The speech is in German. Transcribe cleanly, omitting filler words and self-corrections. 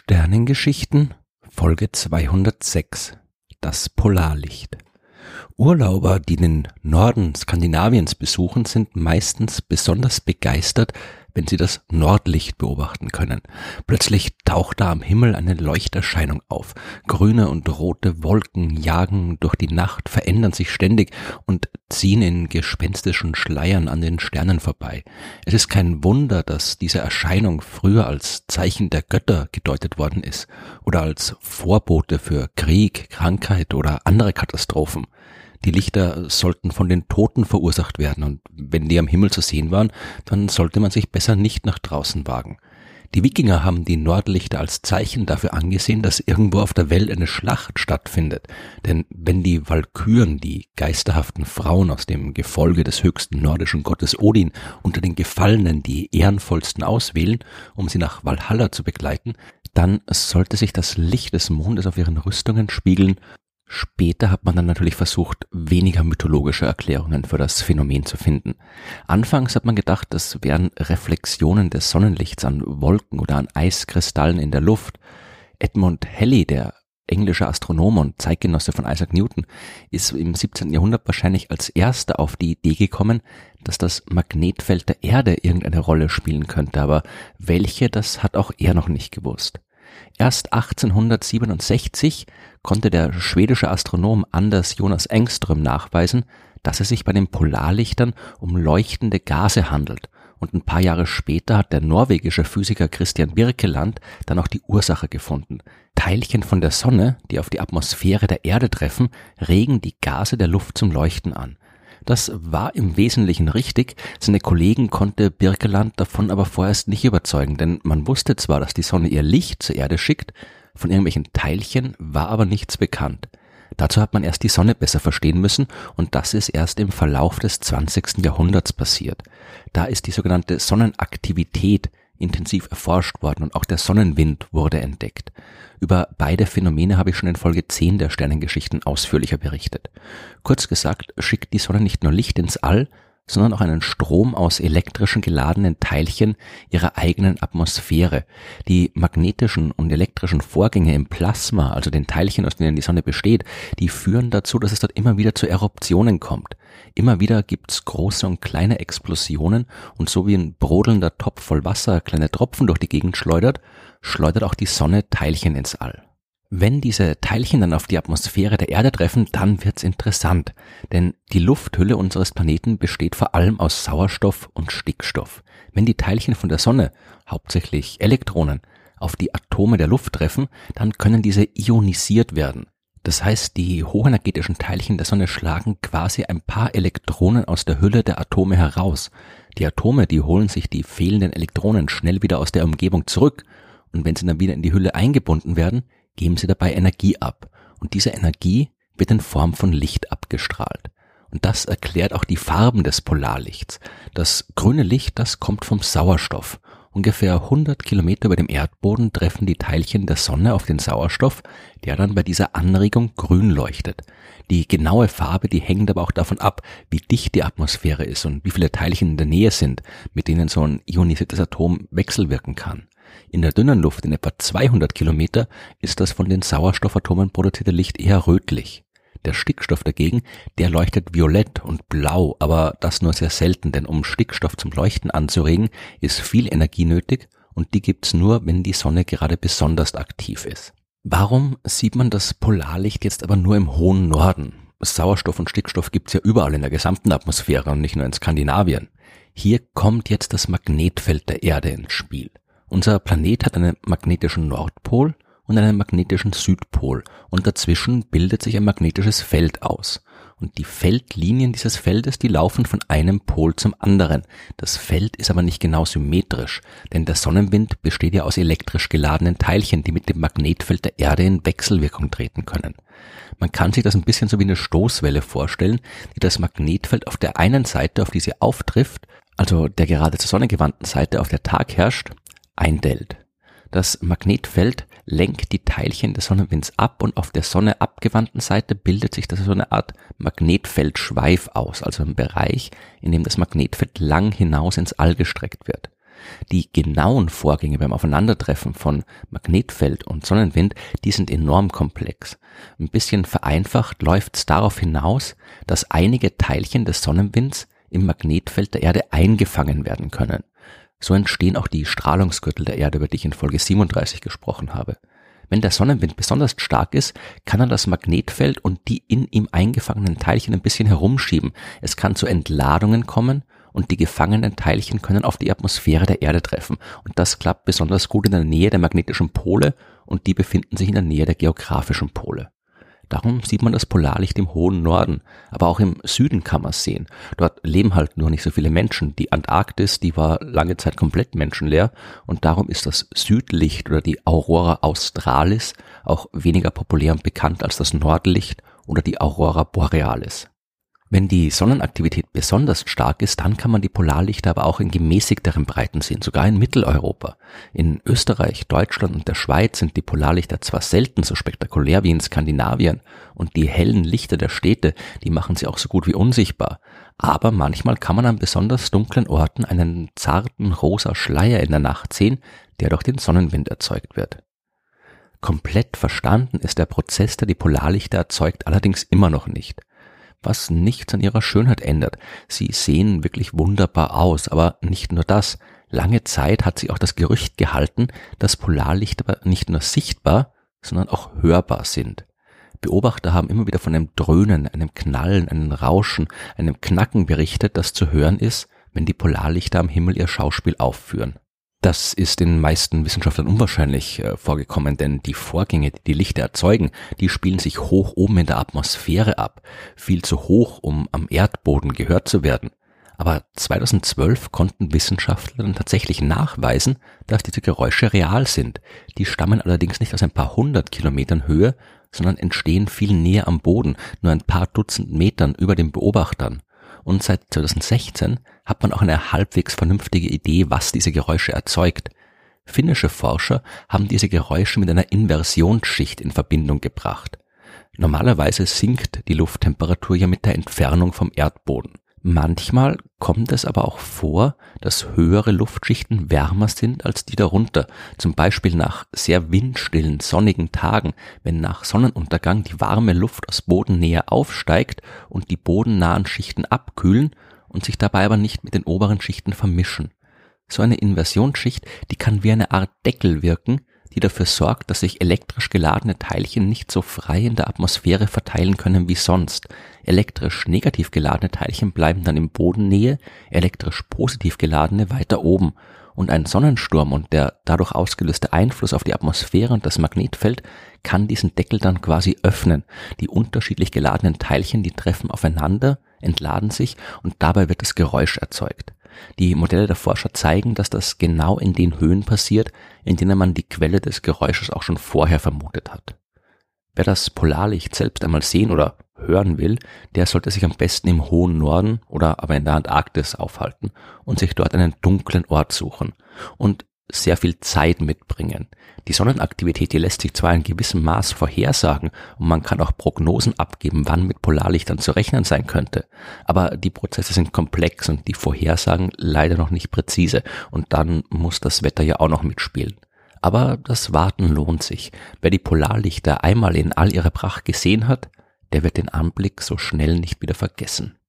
Sternengeschichten, Folge 206. Das Polarlicht. Urlauber, die den Norden Skandinaviens besuchen, sind meistens besonders begeistert, wenn sie das Nordlicht beobachten können. Plötzlich taucht da am Himmel eine Leuchterscheinung auf. Grüne und rote Wolken jagen durch die Nacht, verändern sich ständig und ziehen in gespenstischen Schleiern an den Sternen vorbei. Es ist kein Wunder, dass diese Erscheinung früher als Zeichen der Götter gedeutet worden ist oder als Vorbote für Krieg, Krankheit oder andere Katastrophen. Die Lichter sollten von den Toten verursacht werden und wenn die am Himmel zu sehen waren, dann sollte man sich besser nicht nach draußen wagen. Die Wikinger haben die Nordlichter als Zeichen dafür angesehen, dass irgendwo auf der Welt eine Schlacht stattfindet. Denn wenn die Walküren, die geisterhaften Frauen aus dem Gefolge des höchsten nordischen Gottes Odin, unter den Gefallenen die ehrenvollsten auswählen, um sie nach Valhalla zu begleiten, dann sollte sich das Licht des Mondes auf ihren Rüstungen spiegeln. Später hat man dann natürlich versucht, weniger mythologische Erklärungen für das Phänomen zu finden. Anfangs hat man gedacht, das wären Reflexionen des Sonnenlichts an Wolken oder an Eiskristallen in der Luft. Edmund Halley, der englische Astronom und Zeitgenosse von Isaac Newton, ist im 17. Jahrhundert wahrscheinlich als erster auf die Idee gekommen, dass das Magnetfeld der Erde irgendeine Rolle spielen könnte, aber welche, das hat auch er noch nicht gewusst. Erst 1867 konnte der schwedische Astronom Anders Jonas Engström nachweisen, dass es sich bei den Polarlichtern um leuchtende Gase handelt. Und ein paar Jahre später hat der norwegische Physiker Christian Birkeland dann auch die Ursache gefunden. Teilchen von der Sonne, die auf die Atmosphäre der Erde treffen, regen die Gase der Luft zum Leuchten an. Das war im Wesentlichen richtig, seine Kollegen konnte Birkeland davon aber vorerst nicht überzeugen, denn man wusste zwar, dass die Sonne ihr Licht zur Erde schickt, von irgendwelchen Teilchen war aber nichts bekannt. Dazu hat man erst die Sonne besser verstehen müssen und das ist erst im Verlauf des 20. Jahrhunderts passiert. Da ist die sogenannte Sonnenaktivität intensiv erforscht worden und auch der Sonnenwind wurde entdeckt. Über beide Phänomene habe ich schon in Folge 10 der Sternengeschichten ausführlicher berichtet. Kurz gesagt, schickt die Sonne nicht nur Licht ins All, sondern auch einen Strom aus elektrischen geladenen Teilchen ihrer eigenen Atmosphäre. Die magnetischen und elektrischen Vorgänge im Plasma, also den Teilchen, aus denen die Sonne besteht, die führen dazu, dass es dort immer wieder zu Eruptionen kommt. Immer wieder gibt's große und kleine Explosionen und so wie ein brodelnder Topf voll Wasser kleine Tropfen durch die Gegend schleudert auch die Sonne Teilchen ins All. Wenn diese Teilchen dann auf die Atmosphäre der Erde treffen, dann wird's interessant, denn die Lufthülle unseres Planeten besteht vor allem aus Sauerstoff und Stickstoff. Wenn die Teilchen von der Sonne, hauptsächlich Elektronen, auf die Atome der Luft treffen, dann können diese ionisiert werden. Das heißt, die hochenergetischen Teilchen der Sonne schlagen quasi ein paar Elektronen aus der Hülle der Atome heraus. Die Atome, die holen sich die fehlenden Elektronen schnell wieder aus der Umgebung zurück und wenn sie dann wieder in die Hülle eingebunden werden, geben sie dabei Energie ab. Und diese Energie wird in Form von Licht abgestrahlt. Und das erklärt auch die Farben des Polarlichts. Das grüne Licht, das kommt vom Sauerstoff. Ungefähr 100 Kilometer über dem Erdboden treffen die Teilchen der Sonne auf den Sauerstoff, der dann bei dieser Anregung grün leuchtet. Die genaue Farbe, die hängt aber auch davon ab, wie dicht die Atmosphäre ist und wie viele Teilchen in der Nähe sind, mit denen so ein ionisiertes Atom wechselwirken kann. In der dünnen Luft, in etwa 200 Kilometer, ist das von den Sauerstoffatomen produzierte Licht eher rötlich. Der Stickstoff dagegen, der leuchtet violett und blau, aber das nur sehr selten, denn um Stickstoff zum Leuchten anzuregen, ist viel Energie nötig und die gibt's nur, wenn die Sonne gerade besonders aktiv ist. Warum sieht man das Polarlicht jetzt aber nur im hohen Norden? Sauerstoff und Stickstoff gibt's ja überall in der gesamten Atmosphäre und nicht nur in Skandinavien. Hier kommt jetzt das Magnetfeld der Erde ins Spiel. Unser Planet hat einen magnetischen Nordpol und einen magnetischen Südpol und dazwischen bildet sich ein magnetisches Feld aus. Und die Feldlinien dieses Feldes, die laufen von einem Pol zum anderen. Das Feld ist aber nicht genau symmetrisch, denn der Sonnenwind besteht ja aus elektrisch geladenen Teilchen, die mit dem Magnetfeld der Erde in Wechselwirkung treten können. Man kann sich das ein bisschen so wie eine Stoßwelle vorstellen, die das Magnetfeld auf der einen Seite, auf die sie auftrifft, also der gerade zur Sonne gewandten Seite, auf der Tag herrscht, eindellt. Das Magnetfeld lenkt die Teilchen des Sonnenwinds ab und auf der Sonne abgewandten Seite bildet sich so eine Art Magnetfeldschweif aus, also ein Bereich, in dem das Magnetfeld lang hinaus ins All gestreckt wird. Die genauen Vorgänge beim Aufeinandertreffen von Magnetfeld und Sonnenwind, die sind enorm komplex. Ein bisschen vereinfacht läuft es darauf hinaus, dass einige Teilchen des Sonnenwinds im Magnetfeld der Erde eingefangen werden können. So entstehen auch die Strahlungsgürtel der Erde, über die ich in Folge 37 gesprochen habe. Wenn der Sonnenwind besonders stark ist, kann er das Magnetfeld und die in ihm eingefangenen Teilchen ein bisschen herumschieben. Es kann zu Entladungen kommen und die gefangenen Teilchen können auf die Atmosphäre der Erde treffen. Und das klappt besonders gut in der Nähe der magnetischen Pole und die befinden sich in der Nähe der geografischen Pole. Darum sieht man das Polarlicht im hohen Norden, aber auch im Süden kann man es sehen. Dort leben halt nur nicht so viele Menschen. Die Antarktis, die war lange Zeit komplett menschenleer und darum ist das Südlicht oder die Aurora Australis auch weniger populär und bekannt als das Nordlicht oder die Aurora Borealis. Wenn die Sonnenaktivität besonders stark ist, dann kann man die Polarlichter aber auch in gemäßigteren Breiten sehen, sogar in Mitteleuropa. In Österreich, Deutschland und der Schweiz sind die Polarlichter zwar selten so spektakulär wie in Skandinavien und die hellen Lichter der Städte, die machen sie auch so gut wie unsichtbar. Aber manchmal kann man an besonders dunklen Orten einen zarten rosa Schleier in der Nacht sehen, der durch den Sonnenwind erzeugt wird. Komplett verstanden ist der Prozess, der die Polarlichter erzeugt, allerdings immer noch nicht. Was nichts an ihrer Schönheit ändert. Sie sehen wirklich wunderbar aus, aber nicht nur das. Lange Zeit hat sich auch das Gerücht gehalten, dass Polarlichter nicht nur sichtbar, sondern auch hörbar sind. Beobachter haben immer wieder von einem Dröhnen, einem Knallen, einem Rauschen, einem Knacken berichtet, das zu hören ist, wenn die Polarlichter am Himmel ihr Schauspiel aufführen. Das ist den meisten Wissenschaftlern unwahrscheinlich vorgekommen, denn die Vorgänge, die die Lichter erzeugen, die spielen sich hoch oben in der Atmosphäre ab, viel zu hoch, um am Erdboden gehört zu werden. Aber 2012 konnten Wissenschaftler dann tatsächlich nachweisen, dass diese Geräusche real sind. Die stammen allerdings nicht aus ein paar 100 Kilometern Höhe, sondern entstehen viel näher am Boden, nur ein paar Dutzend Metern über den Beobachtern. Und seit 2016 hat man auch eine halbwegs vernünftige Idee, was diese Geräusche erzeugt. Finnische Forscher haben diese Geräusche mit einer Inversionsschicht in Verbindung gebracht. Normalerweise sinkt die Lufttemperatur ja mit der Entfernung vom Erdboden. Manchmal kommt es aber auch vor, dass höhere Luftschichten wärmer sind als die darunter. Zum Beispiel nach sehr windstillen, sonnigen Tagen, wenn nach Sonnenuntergang die warme Luft aus Bodennähe aufsteigt und die bodennahen Schichten abkühlen und sich dabei aber nicht mit den oberen Schichten vermischen. So eine Inversionsschicht, die kann wie eine Art Deckel wirken, die dafür sorgt, dass sich elektrisch geladene Teilchen nicht so frei in der Atmosphäre verteilen können wie sonst. Elektrisch negativ geladene Teilchen bleiben dann in Bodennähe, elektrisch positiv geladene weiter oben. Und ein Sonnensturm und der dadurch ausgelöste Einfluss auf die Atmosphäre und das Magnetfeld kann diesen Deckel dann quasi öffnen. Die unterschiedlich geladenen Teilchen, die treffen aufeinander, entladen sich und dabei wird das Geräusch erzeugt. Die Modelle der Forscher zeigen, dass das genau in den Höhen passiert, in denen man die Quelle des Geräusches auch schon vorher vermutet hat. Wer das Polarlicht selbst einmal sehen oder hören will, der sollte sich am besten im hohen Norden oder aber in der Antarktis aufhalten und sich dort einen dunklen Ort suchen und sehr viel Zeit mitbringen. Die Sonnenaktivität, die lässt sich zwar in gewissem Maß vorhersagen und man kann auch Prognosen abgeben, wann mit Polarlichtern zu rechnen sein könnte, aber die Prozesse sind komplex und die Vorhersagen leider noch nicht präzise und dann muss das Wetter ja auch noch mitspielen. Aber das Warten lohnt sich. Wer die Polarlichter einmal in all ihrer Pracht gesehen hat, der wird den Anblick so schnell nicht wieder vergessen.